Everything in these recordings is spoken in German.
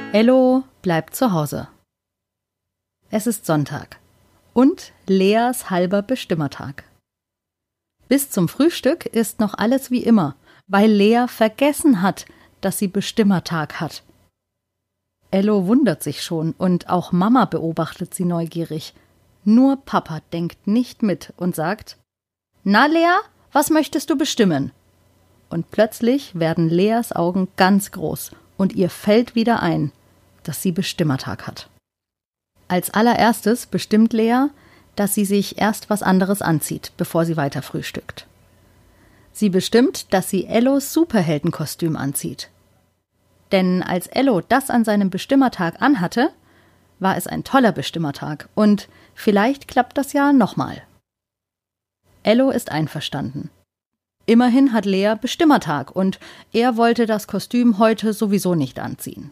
Ello bleibt zu Hause. Es ist Sonntag und Leas halber Bestimmertag. Bis zum Frühstück ist noch alles wie immer, weil Lea vergessen hat, dass sie Bestimmertag hat. Ello wundert sich schon und auch Mama beobachtet sie neugierig. Nur Papa denkt nicht mit und sagt: »Na Lea, was möchtest du bestimmen?« Und plötzlich werden Leas Augen ganz groß und ihr fällt wieder ein, dass sie Bestimmertag hat. Als allererstes bestimmt Lea, dass sie sich erst was anderes anzieht, bevor sie weiter frühstückt. Sie bestimmt, dass sie Ellos Superheldenkostüm anzieht. Denn als Ello das an seinem Bestimmertag anhatte, war es ein toller Bestimmertag und vielleicht klappt das ja nochmal. Ello ist einverstanden. Immerhin hat Lea Bestimmertag und er wollte das Kostüm heute sowieso nicht anziehen.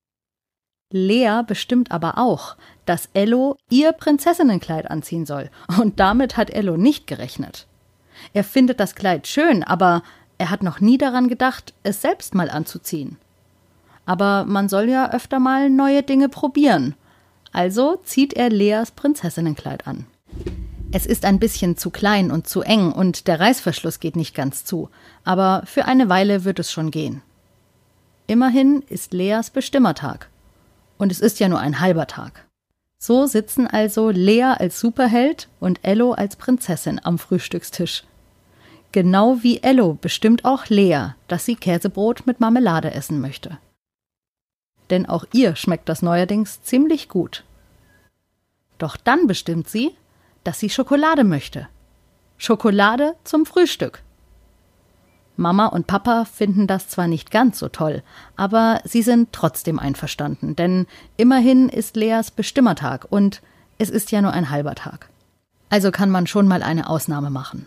Lea bestimmt aber auch, dass Ello ihr Prinzessinnenkleid anziehen soll und damit hat Ello nicht gerechnet. Er findet das Kleid schön, aber er hat noch nie daran gedacht, es selbst mal anzuziehen. Aber man soll ja öfter mal neue Dinge probieren. Also zieht er Leas Prinzessinnenkleid an. Es ist ein bisschen zu klein und zu eng und der Reißverschluss geht nicht ganz zu, aber für eine Weile wird es schon gehen. Immerhin ist Leas Bestimmertag. Und es ist ja nur ein halber Tag. So sitzen also Lea als Superheld und Ello als Prinzessin am Frühstückstisch. Genau wie Ello bestimmt auch Lea, dass sie Käsebrot mit Marmelade essen möchte. Denn auch ihr schmeckt das neuerdings ziemlich gut. Doch dann bestimmt sie, dass sie Schokolade möchte. Schokolade zum Frühstück. Mama und Papa finden das zwar nicht ganz so toll, aber sie sind trotzdem einverstanden, denn immerhin ist Leas Bestimmertag und es ist ja nur ein halber Tag. Also kann man schon mal eine Ausnahme machen.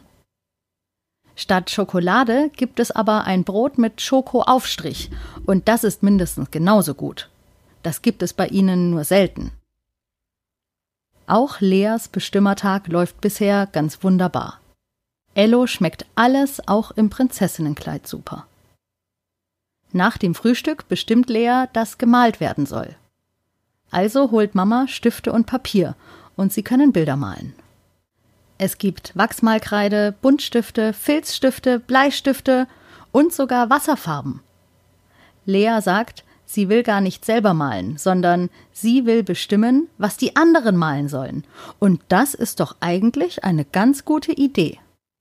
Statt Schokolade gibt es aber ein Brot mit Schokoaufstrich und das ist mindestens genauso gut. Das gibt es bei ihnen nur selten. Auch Leas Bestimmertag läuft bisher ganz wunderbar. Ello schmeckt alles auch im Prinzessinnenkleid super. Nach dem Frühstück bestimmt Lea, dass gemalt werden soll. Also holt Mama Stifte und Papier und sie können Bilder malen. Es gibt Wachsmalkreide, Buntstifte, Filzstifte, Bleistifte und sogar Wasserfarben. Lea sagt, sie will gar nicht selber malen, sondern sie will bestimmen, was die anderen malen sollen. Und das ist doch eigentlich eine ganz gute Idee.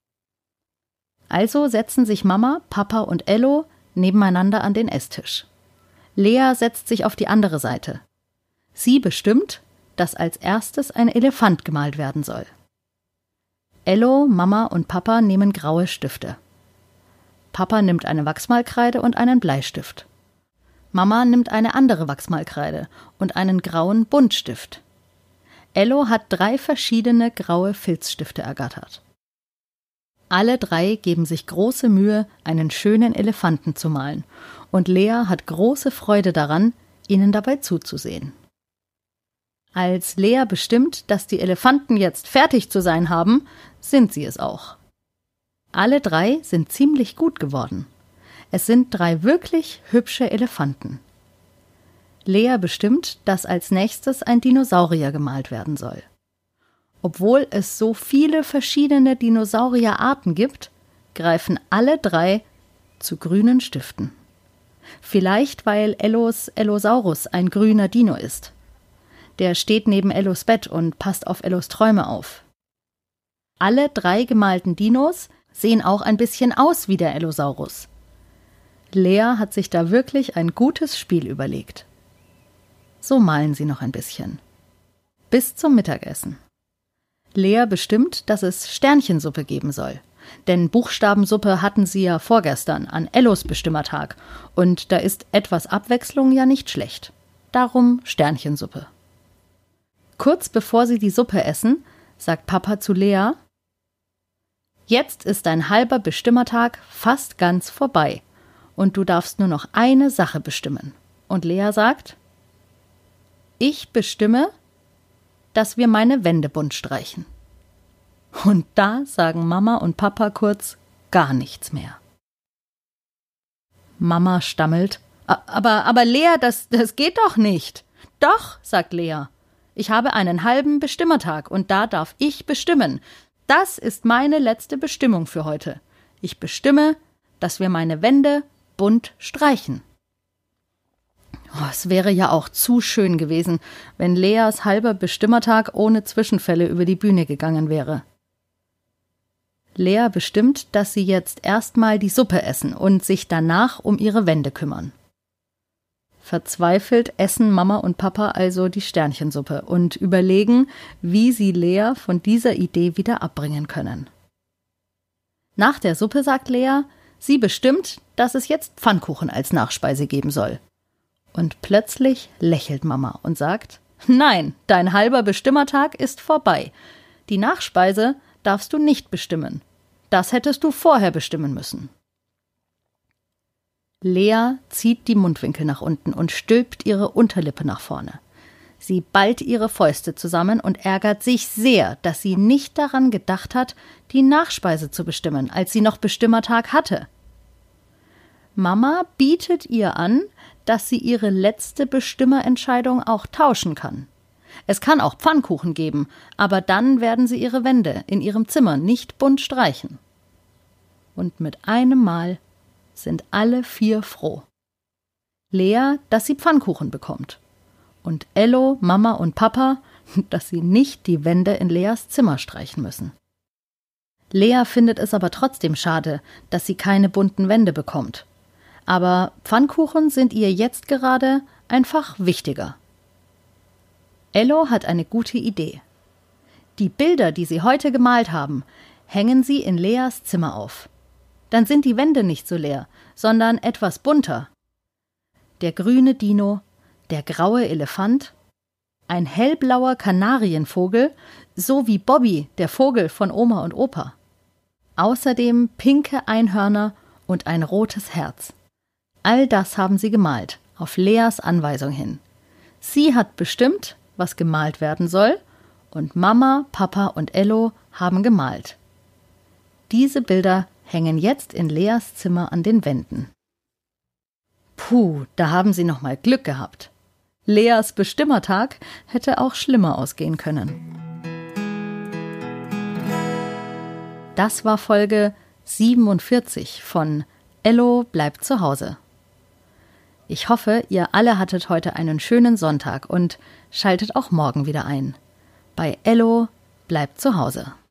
Also setzen sich Mama, Papa und Ello nebeneinander an den Esstisch. Lea setzt sich auf die andere Seite. Sie bestimmt, dass als erstes ein Elefant gemalt werden soll. Ello, Mama und Papa nehmen graue Stifte. Papa nimmt eine Wachsmalkreide und einen Bleistift. Mama nimmt eine andere Wachsmalkreide und einen grauen Buntstift. Ello hat 3 verschiedene graue Filzstifte ergattert. Alle 3 geben sich große Mühe, einen schönen Elefanten zu malen, und Lea hat große Freude daran, ihnen dabei zuzusehen. Als Lea bestimmt, dass die Elefanten jetzt fertig zu sein haben, sind sie es auch. Alle 3 sind ziemlich gut geworden. Es sind 3 wirklich hübsche Elefanten. Lea bestimmt, dass als nächstes ein Dinosaurier gemalt werden soll. Obwohl es so viele verschiedene Dinosaurierarten gibt, greifen alle 3 zu grünen Stiften. Vielleicht, weil Ellos Ellosaurus ein grüner Dino ist. Der steht neben Ellos Bett und passt auf Ellos Träume auf. Alle 3 gemalten Dinos sehen auch ein bisschen aus wie der Ellosaurus. Lea hat sich da wirklich ein gutes Spiel überlegt. So malen sie noch ein bisschen. Bis zum Mittagessen. Lea bestimmt, dass es Sternchensuppe geben soll. Denn Buchstabensuppe hatten sie ja vorgestern an Ellos Bestimmertag. Und da ist etwas Abwechslung ja nicht schlecht. Darum Sternchensuppe. Kurz bevor sie die Suppe essen, sagt Papa zu Lea: Jetzt ist dein halber Bestimmertag fast ganz vorbei. Und du darfst nur noch eine Sache bestimmen. Und Lea sagt: Ich bestimme, dass wir meine Wände bunt streichen. Und da sagen Mama und Papa kurz gar nichts mehr. Mama stammelt: Aber Lea, das geht doch nicht. Doch, sagt Lea. Ich habe einen halben Bestimmertag und da darf ich bestimmen. Das ist meine letzte Bestimmung für heute. Ich bestimme, dass wir meine Wände bunt streichen. Oh, es wäre ja auch zu schön gewesen, wenn Leas halber Bestimmertag ohne Zwischenfälle über die Bühne gegangen wäre. Lea bestimmt, dass sie jetzt erstmal die Suppe essen und sich danach um ihre Wände kümmern. Verzweifelt essen Mama und Papa also die Sternchensuppe und überlegen, wie sie Lea von dieser Idee wieder abbringen können. Nach der Suppe sagt Lea, sie bestimmt, dass es jetzt Pfannkuchen als Nachspeise geben soll. Und plötzlich lächelt Mama und sagt, nein, dein halber Bestimmertag ist vorbei. Die Nachspeise darfst du nicht bestimmen. Das hättest du vorher bestimmen müssen. Lea zieht die Mundwinkel nach unten und stülpt ihre Unterlippe nach vorne. Sie ballt ihre Fäuste zusammen und ärgert sich sehr, dass sie nicht daran gedacht hat, die Nachspeise zu bestimmen, als sie noch Bestimmertag hatte. Mama bietet ihr an, dass sie ihre letzte Bestimmerentscheidung auch tauschen kann. Es kann auch Pfannkuchen geben, aber dann werden sie ihre Wände in ihrem Zimmer nicht bunt streichen. Und mit einem Mal sind alle 4 froh. Lea, dass sie Pfannkuchen bekommt. Und Ello, Mama und Papa, dass sie nicht die Wände in Leas Zimmer streichen müssen. Lea findet es aber trotzdem schade, dass sie keine bunten Wände bekommt. Aber Pfannkuchen sind ihr jetzt gerade einfach wichtiger. Ello hat eine gute Idee. Die Bilder, die sie heute gemalt haben, hängen sie in Leas Zimmer auf. Dann sind die Wände nicht so leer, sondern etwas bunter. Der grüne Dino, der graue Elefant, ein hellblauer Kanarienvogel, so wie Bobby, der Vogel von Oma und Opa. Außerdem pinke Einhörner und ein rotes Herz. All das haben sie gemalt, auf Leas Anweisung hin. Sie hat bestimmt, was gemalt werden soll, und Mama, Papa und Ello haben gemalt. Diese Bilder hängen jetzt in Leas Zimmer an den Wänden. Puh, da haben sie noch mal Glück gehabt. Leas Bestimmertag hätte auch schlimmer ausgehen können. Das war Folge 47 von Ello bleibt zu Hause. Ich hoffe, ihr alle hattet heute einen schönen Sonntag und schaltet auch morgen wieder ein. Bei Ello bleibt zu Hause.